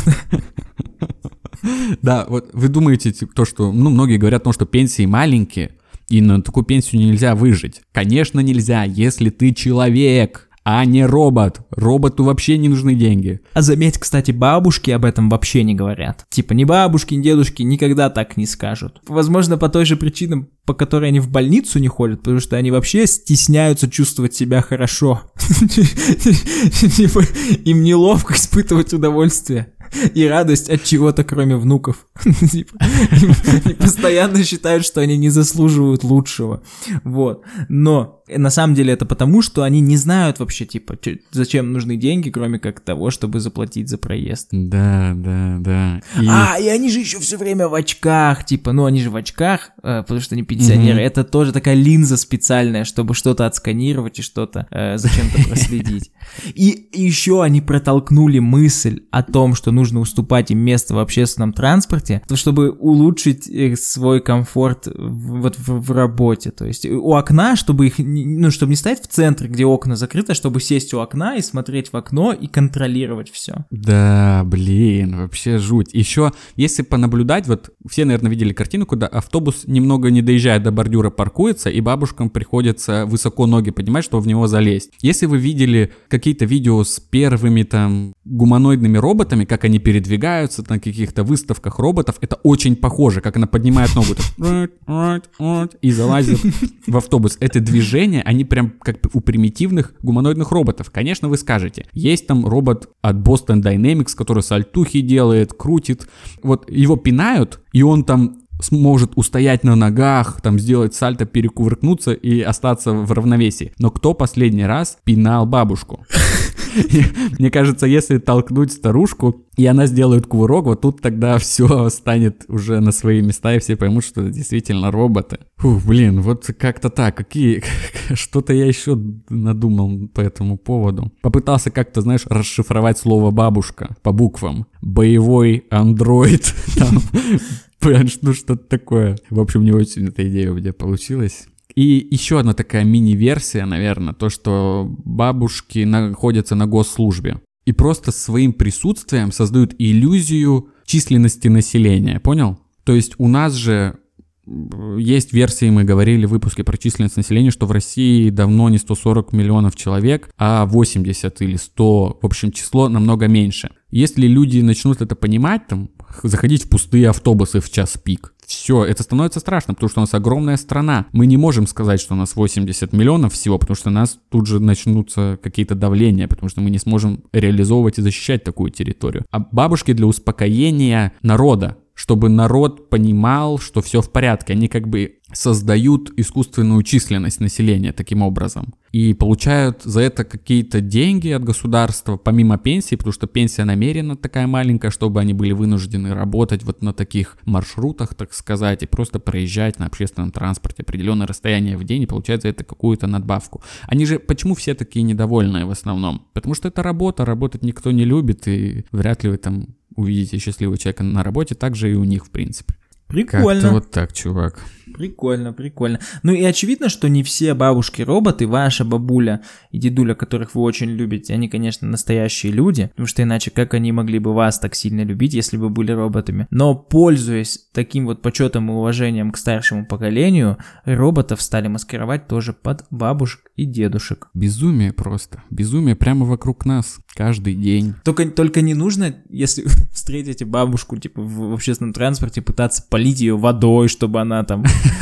Да, вот вы думаете, то, что, ну, многие говорят, ну, что пенсии маленькие, и на такую пенсию нельзя выжить. Конечно, нельзя, если ты человек, а не робот. Роботу вообще не нужны деньги. А заметь, кстати, бабушки об этом вообще не говорят. Типа ни бабушки, ни дедушки никогда так не скажут. Возможно, по той же причине, по которой они в больницу не ходят, потому что они вообще стесняются чувствовать себя хорошо. Им неловко испытывать удовольствие и радость от чего-то, кроме внуков. Они постоянно считают, что они не заслуживают лучшего. Вот. Но на самом деле это потому, что они не знают вообще, типа, зачем нужны деньги, кроме как того, чтобы заплатить за проезд. Да, да, да. И... А, и они же еще все время в очках, типа, ну они же в очках, потому что они пенсионеры. Mm-hmm. Это тоже такая линза специальная, чтобы что-то отсканировать и что-то э, зачем-то проследить. И еще они протолкнули мысль о том, что нужно уступать им место в общественном транспорте, чтобы улучшить свой комфорт в, вот в, в работе. То есть у окна, чтобы их, ну, чтобы не стоять в центре, где окна закрыты, а чтобы сесть у окна и смотреть в окно и контролировать все. Да, блин, вообще жуть. Еще, если понаблюдать, вот все, наверное, видели картину, куда автобус немного не доезжая до бордюра паркуется, и бабушкам приходится высоко ноги поднимать, чтобы в него залезть. Если вы видели какие-то видео с первыми там гуманоидными роботами, как они передвигаются на каких-то выставках роботов, это очень похоже, как она поднимает ногу так, и залазит в автобус. Это движение, они прям как у примитивных гуманоидных роботов. Конечно, вы скажете, есть там робот от Boston Dynamics, который сальтухи делает, крутит. Вот его пинают, и он там сможет устоять на ногах, там сделать сальто, перекувыркнуться и остаться в равновесии. Но кто последний раз пинал бабушку? Мне кажется, если толкнуть старушку, и она сделает кувырок, вот тут тогда все станет уже на свои места, и все поймут, что это действительно роботы. Фух, блин, вот как-то так. Какие... Что-то я еще надумал по этому поводу. Попытался как-то, знаешь, расшифровать слово «бабушка» по буквам. Боевой андроид, там... Ну, что-то такое. В общем, не очень эта идея у меня получилась. И еще одна такая мини-версия, наверное, то, что бабушки находятся на госслужбе и просто своим присутствием создают иллюзию численности населения, понял? То есть у нас же есть версии, мы говорили в выпуске про численность населения, что в России давно не сто сорок миллионов человек, а восемьдесят или сто, в общем, число намного меньше. Если люди начнут это понимать, там, заходить в пустые автобусы в час пик, все, это становится страшно, потому что у нас огромная страна. Мы не можем сказать, что у нас восемьдесят миллионов всего, потому что у нас тут же начнутся какие-то давления, потому что мы не сможем реализовывать и защищать такую территорию. А бабушки для успокоения народа, чтобы народ понимал, что все в порядке. Они как бы создают искусственную численность населения таким образом. И получают за это какие-то деньги от государства, помимо пенсии, потому что пенсия намеренно такая маленькая, чтобы они были вынуждены работать вот на таких маршрутах, так сказать, и просто проезжать на общественном транспорте определенное расстояние в день и получать за это какую-то надбавку. Они же, почему все такие недовольные в основном? Потому что это работа, работать никто не любит, и вряд ли вы там увидите счастливого человека на работе, так же и у них, в принципе. Прикольно. Как-то вот так, чувак. Прикольно, прикольно. Ну и очевидно, что не все бабушки-роботы, ваша бабуля и дедуля, которых вы очень любите, они, конечно, настоящие люди, потому что иначе как они могли бы вас так сильно любить, если бы были роботами? Но, пользуясь таким вот почетом и уважением к старшему поколению, роботов стали маскировать тоже под бабушек и дедушек. Безумие просто. Безумие прямо вокруг нас. Каждый день. Только, только не нужно, если встретите бабушку типа в общественном транспорте, пытаться полить ее водой, чтобы она там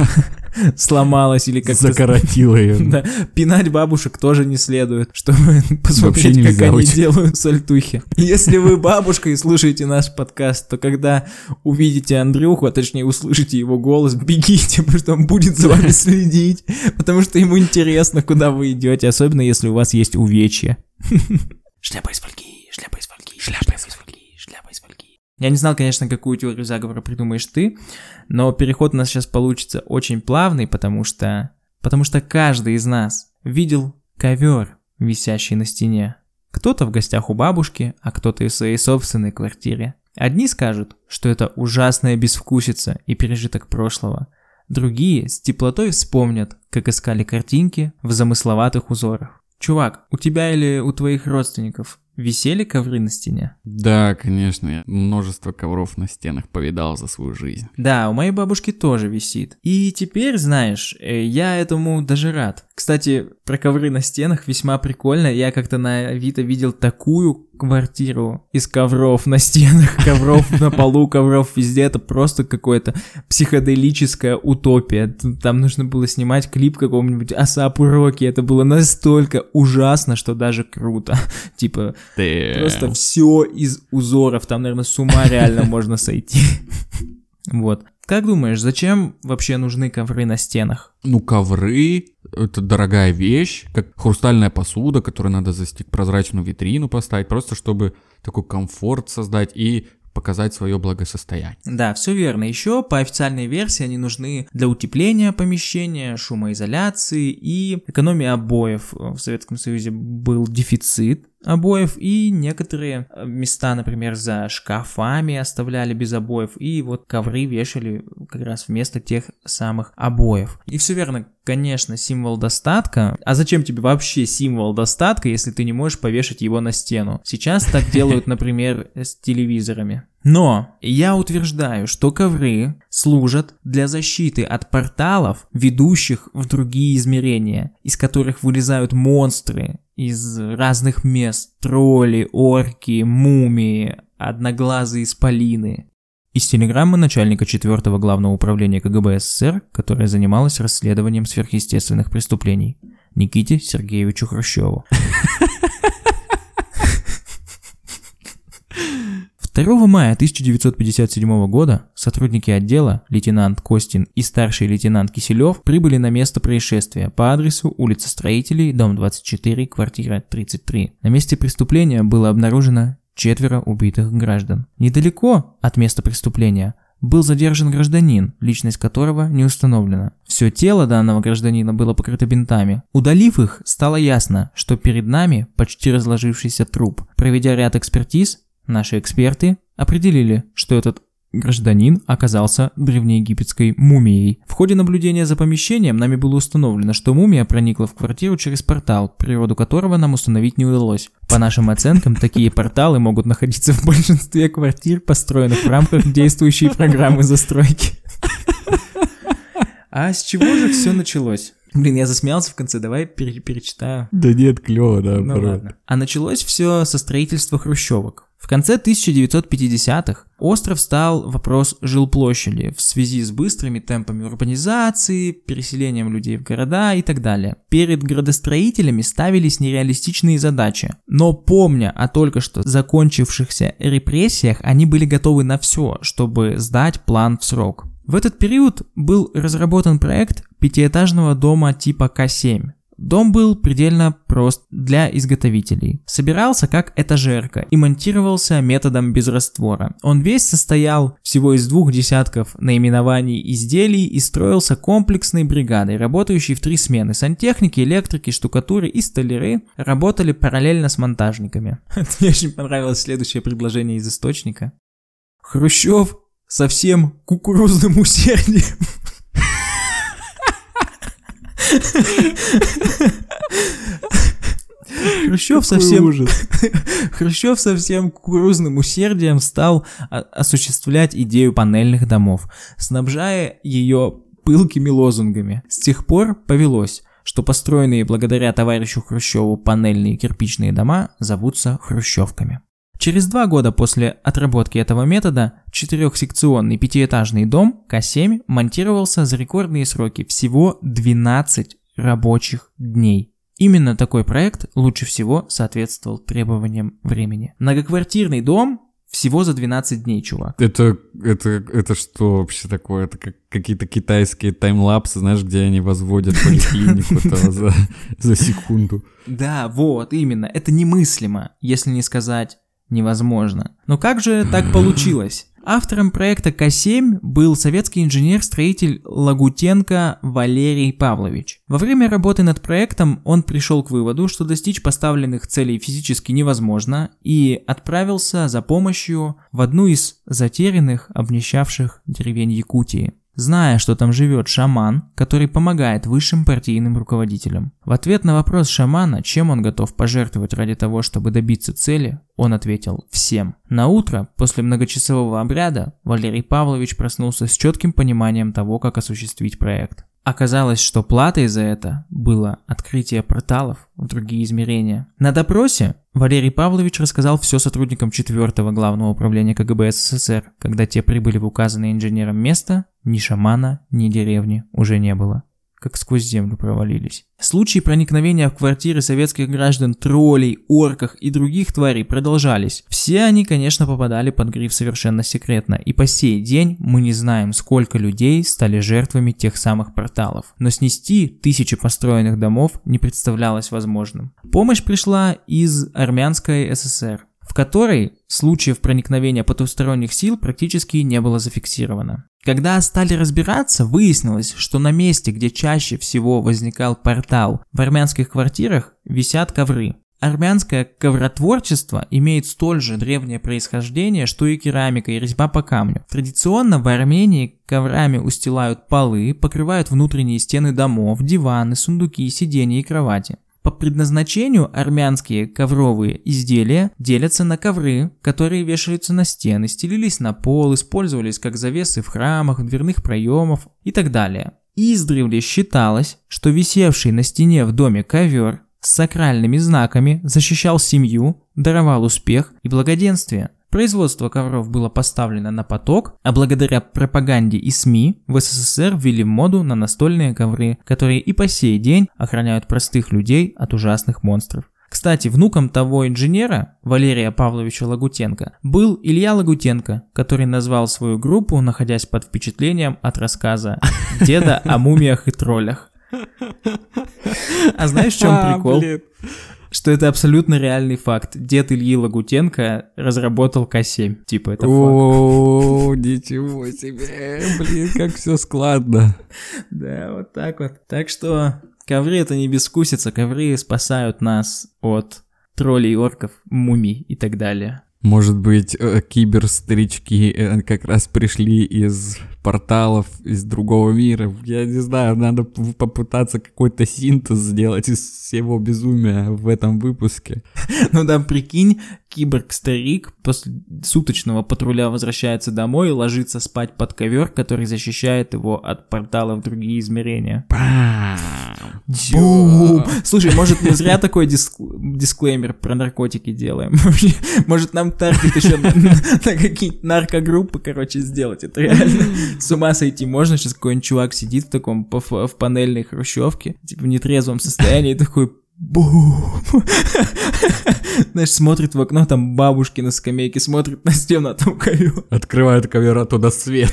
сломалась или как-то... Закоротила ее. Да, пинать бабушек тоже не следует, чтобы посмотреть, как они делают сальтухи. Если вы бабушка и слушаете наш подкаст, то когда увидите Андрюху, а точнее услышите его голос, бегите, потому что он будет за вами следить, потому что ему интересно, куда вы идете, особенно если у вас есть увечья. Шляпа из фольги, шляпа из фольги, шляпа из фольги, шляпа из фольги. Я не знал, конечно, какую теорию заговора придумаешь ты, но переход у нас сейчас получится очень плавный, потому что... Потому что каждый из нас видел ковер, висящий на стене. Кто-то в гостях у бабушки, а кто-то и в своей собственной квартире. Одни скажут, что это ужасная безвкусица и пережиток прошлого. Другие с теплотой вспомнят, как искали картинки в замысловатых узорах. Чувак, у тебя или у твоих родственников висели ковры на стене? Да, конечно, я множество ковров на стенах повидал за свою жизнь. Да, у моей бабушки тоже висит. И теперь, знаешь, я этому даже рад. Кстати, про ковры на стенах весьма прикольно. Я как-то на Авито видел такую квартиру из ковров на стенах, ковров на полу, ковров везде. Это просто какое-то психоделическая утопия. Там нужно было снимать клип какого-нибудь А$ап Rocky. Это было настолько ужасно, что даже круто. Типа, Ты... просто все из узоров. Там, наверное, с ума реально можно сойти. Вот. Как думаешь, зачем вообще нужны ковры на стенах? Ну, ковры — это дорогая вещь, как хрустальная посуда, которую надо застекать, прозрачную витрину поставить, просто чтобы такой комфорт создать и показать свое благосостояние. Да, все верно. Еще по официальной версии они нужны для утепления помещения, шумоизоляции и экономии обоев. В Советском Союзе был дефицит обоев, и некоторые места, например, за шкафами оставляли без обоев, и вот ковры вешали как раз вместо тех самых обоев. И все верно, конечно, символ достатка. А зачем тебе вообще символ достатка, если ты не можешь повешать его на стену? Сейчас так делают, например, с телевизорами. Но я утверждаю, что ковры служат для защиты от порталов, ведущих в другие измерения, из которых вылезают монстры из разных мест, тролли, орки, мумии, одноглазые исполины. Из телеграммы начальника четвёртого главного управления КГБ СССР, которая занималась расследованием сверхъестественных преступлений, Никите Сергеевичу Хрущеву. второго мая тысяча девятьсот пятьдесят седьмого года сотрудники отдела, лейтенант Костин и старший лейтенант Киселев, прибыли на место происшествия по адресу улица Строителей, дом двадцать четыре, квартира тридцать три. На месте преступления было обнаружено четверо убитых граждан. Недалеко от места преступления был задержан гражданин, личность которого не установлена. Все тело данного гражданина было покрыто бинтами. Удалив их, стало ясно, что перед нами почти разложившийся труп. Проведя ряд экспертиз, наши эксперты определили, что этот гражданин оказался древнеегипетской мумией. В ходе наблюдения за помещением нами было установлено, что мумия проникла в квартиру через портал, природу которого нам установить не удалось. По нашим оценкам, такие порталы могут находиться в большинстве квартир, построенных в рамках действующей программы застройки. А с чего же все началось? Блин, я засмеялся в конце, давай пере- перечитаю. Да нет, клево, да, Ну ладно. А началось все со строительства хрущевок. В конце тысяча девятьсот пятидесятых остро встал вопрос жилплощади в связи с быстрыми темпами урбанизации, переселением людей в города и так далее. Перед градостроителями ставились нереалистичные задачи, но помня о только что закончившихся репрессиях, они были готовы на все, чтобы сдать план в срок. В этот период был разработан проект пятиэтажного дома типа Ка семь. Дом был предельно прост для изготовителей. Собирался как этажерка и монтировался методом без раствора. Он весь состоял всего из двух десятков наименований изделий и строился комплексной бригадой, работающей в три смены. Сантехники, электрики, штукатуры и столяры работали параллельно с монтажниками. Мне очень понравилось следующее предложение из источника. Хрущев со всем кукурузным усердием Хрущев совсем, Хрущев со всем кукурузным усердием стал осуществлять идею панельных домов, снабжая ее пылкими лозунгами. С тех пор повелось, что построенные благодаря товарищу Хрущеву панельные кирпичные дома зовутся хрущевками. Через два года после отработки этого метода четырехсекционный пятиэтажный дом Ка семь монтировался за рекордные сроки всего двенадцать рабочих дней. Именно такой проект лучше всего соответствовал требованиям времени. Многоквартирный дом всего за двенадцать дней, чувак. Это, это, это что вообще такое? Это как какие-то китайские таймлапсы, знаешь, где они возводят поликлинику за, за секунду. Да, вот, именно. Это немыслимо, если не сказать невозможно. Но как же так получилось? Автором проекта Ка семь был советский инженер-строитель Лагутенко Валерий Павлович. Во время работы над проектом он пришел к выводу, что достичь поставленных целей физически невозможно, и отправился за помощью в одну из затерянных, обнищавших деревень Якутии, зная, что там живет шаман, который помогает высшим партийным руководителям. В ответ на вопрос шамана, чем он готов пожертвовать ради того, чтобы добиться цели, он ответил «всем». На утро, после многочасового обряда, Валерий Павлович проснулся с четким пониманием того, как осуществить проект. Оказалось, что платой за это было открытие порталов в другие измерения. На допросе Валерий Павлович рассказал все сотрудникам четвёртого главного управления Ка Гэ Бэ Эс Эс Эс Эр. Когда те прибыли в указанное инженером место, ни шамана, ни деревни уже не было. Как сквозь землю провалились. Случаи проникновения в квартиры советских граждан троллей, орках и других тварей продолжались. Все они, конечно, попадали под гриф «совершенно секретно», и по сей день мы не знаем, сколько людей стали жертвами тех самых порталов. Но снести тысячи построенных домов не представлялось возможным. Помощь пришла из армянской Эс Эс Эр, в которой случаев проникновения потусторонних сил практически не было зафиксировано. Когда стали разбираться, выяснилось, что на месте, где чаще всего возникал портал, в армянских квартирах висят ковры. Армянское ковротворчество имеет столь же древнее происхождение, что и керамика и резьба по камню. Традиционно в Армении коврами устилают полы, покрывают внутренние стены домов, диваны, сундуки, сиденья и кровати. По предназначению армянские ковровые изделия делятся на ковры, которые вешаются на стены, стелились на пол, использовались как завесы в храмах, в дверных проемах и так далее. Издревле считалось, что висевший на стене в доме ковер с сакральными знаками защищал семью, даровал успех и благоденствие. Производство ковров было поставлено на поток, а благодаря пропаганде и СМИ в СССР ввели моду на настольные ковры, которые и по сей день охраняют простых людей от ужасных монстров. Кстати, внуком того инженера, Валерия Павловича Лагутенко, был Илья Лагутенко, который назвал свою группу, находясь под впечатлением от рассказа деда о мумиях и троллях. А знаешь, в чем прикол? Что это абсолютно реальный факт. Дед Ильи Лагутенко разработал К семь. Типа, это факт. О, ничего себе. Блин, как все складно. Да, вот так вот. Так что ковры — это не бескусица. Ковры спасают нас от троллей, орков, мумий и так далее. Может быть, э, киберстарички э, как раз пришли из порталов, из другого мира. Я не знаю, надо п- попытаться какой-то синтез сделать из всего безумия в этом выпуске. Ну да, прикинь, киборг-старик после суточного патруля возвращается домой и ложится спать под ковер, который защищает его от портала в другие измерения. Бам! Бум! Слушай, может, мы зря такой диск... дисклеймер про наркотики делаем? Может, нам таргет еще на, на, на какие-то наркогруппы, короче, сделать? Это реально с ума сойти можно. Сейчас какой-нибудь чувак сидит в таком в, в панельной хрущевке, типа в нетрезвом состоянии, и такой... Бум! Знаешь, смотрит в окно, там бабушки на скамейке, смотрит на стену, а там ковер. Открывает ковер, оттуда свет.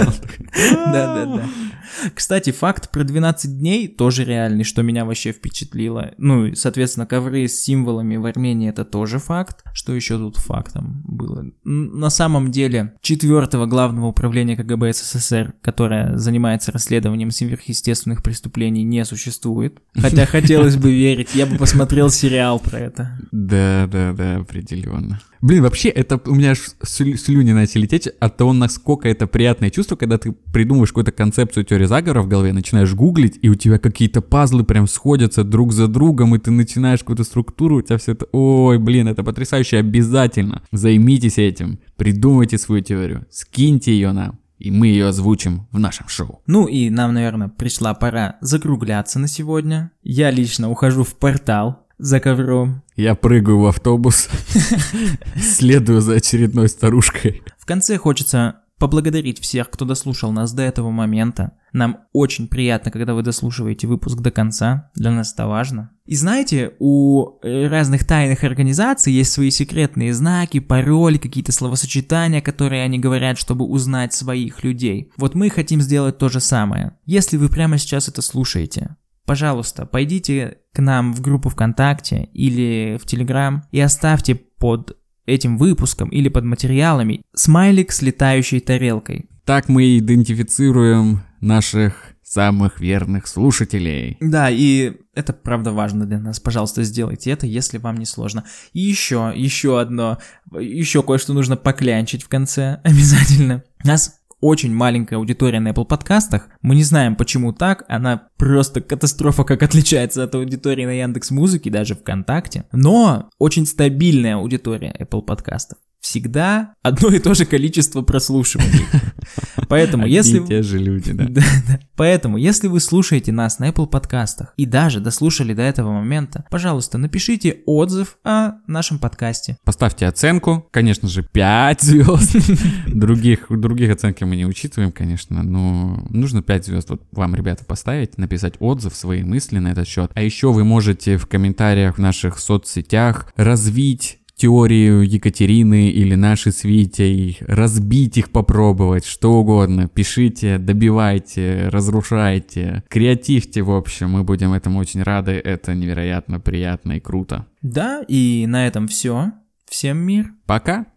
Да-да-да. Кстати, факт про двенадцать дней тоже реальный, что меня вообще впечатлило. Ну, и, соответственно, ковры с символами в Армении — это тоже факт. Что еще тут фактом было? На самом деле, четвертого главного управления КГБ СССР, которое занимается расследованием сверхъестественных преступлений, не существует. Хотя хотелось бы верить, я бы посмотрел сериал про это. Да-да-да, определенно. Блин, вообще, это у меня аж слю- слюни начали течь от того, насколько это приятное чувство, когда ты придумываешь какую-то концепцию теории заговора в голове, начинаешь гуглить, и у тебя какие-то пазлы прям сходятся друг за другом, и ты начинаешь какую-то структуру, у тебя все это... Ой, блин, это потрясающе, обязательно. Займитесь этим, придумайте свою теорию, скиньте ее нам, и мы ее озвучим в нашем шоу. Ну и нам, наверное, пришла пора закругляться на сегодня. Я лично ухожу в портал за ковром. Я прыгаю в автобус, следую за очередной старушкой. В конце хочется поблагодарить всех, кто дослушал нас до этого момента. Нам очень приятно, когда вы дослушиваете выпуск до конца. Для нас это важно. И знаете, у разных тайных организаций есть свои секретные знаки, пароли, какие-то словосочетания, которые они говорят, чтобы узнать своих людей. Вот мы хотим сделать то же самое. Если вы прямо сейчас это слушаете, пожалуйста, пойдите к нам в группу ВКонтакте или в Телеграм и оставьте под этим выпуском или под материалами смайлик с летающей тарелкой. Так мы идентифицируем наших самых верных слушателей. Да, и это правда важно для нас. Пожалуйста, сделайте это, если вам не сложно. И еще, еще одно, еще кое-что нужно поклянчить в конце обязательно. Нас очень маленькая аудитория на Apple подкастах. Мы не знаем, почему так. Она просто катастрофа, как отличается от аудитории на Яндекс.Музыке, даже ВКонтакте. Но очень стабильная аудитория Apple подкастов. Всегда одно и то же количество прослушиваний. Поэтому, если... Одни и те же люди, да. Да, да. Поэтому, если вы слушаете нас на Apple подкастах и даже дослушали до этого момента, пожалуйста, напишите отзыв о нашем подкасте. Поставьте оценку, конечно же, пять звезд. Других, других оценки мы не учитываем, конечно, но нужно пять звезд вот вам, ребята, поставить, написать отзыв, свои мысли на этот счет. А еще вы можете в комментариях в наших соцсетях развить теорию Екатерины или наши с Витей, разбить их, попробовать, что угодно. Пишите, добивайте, разрушайте, креативьте, в общем, мы будем этому очень рады, это невероятно приятно и круто. Да, и на этом все. Всем мир. Пока!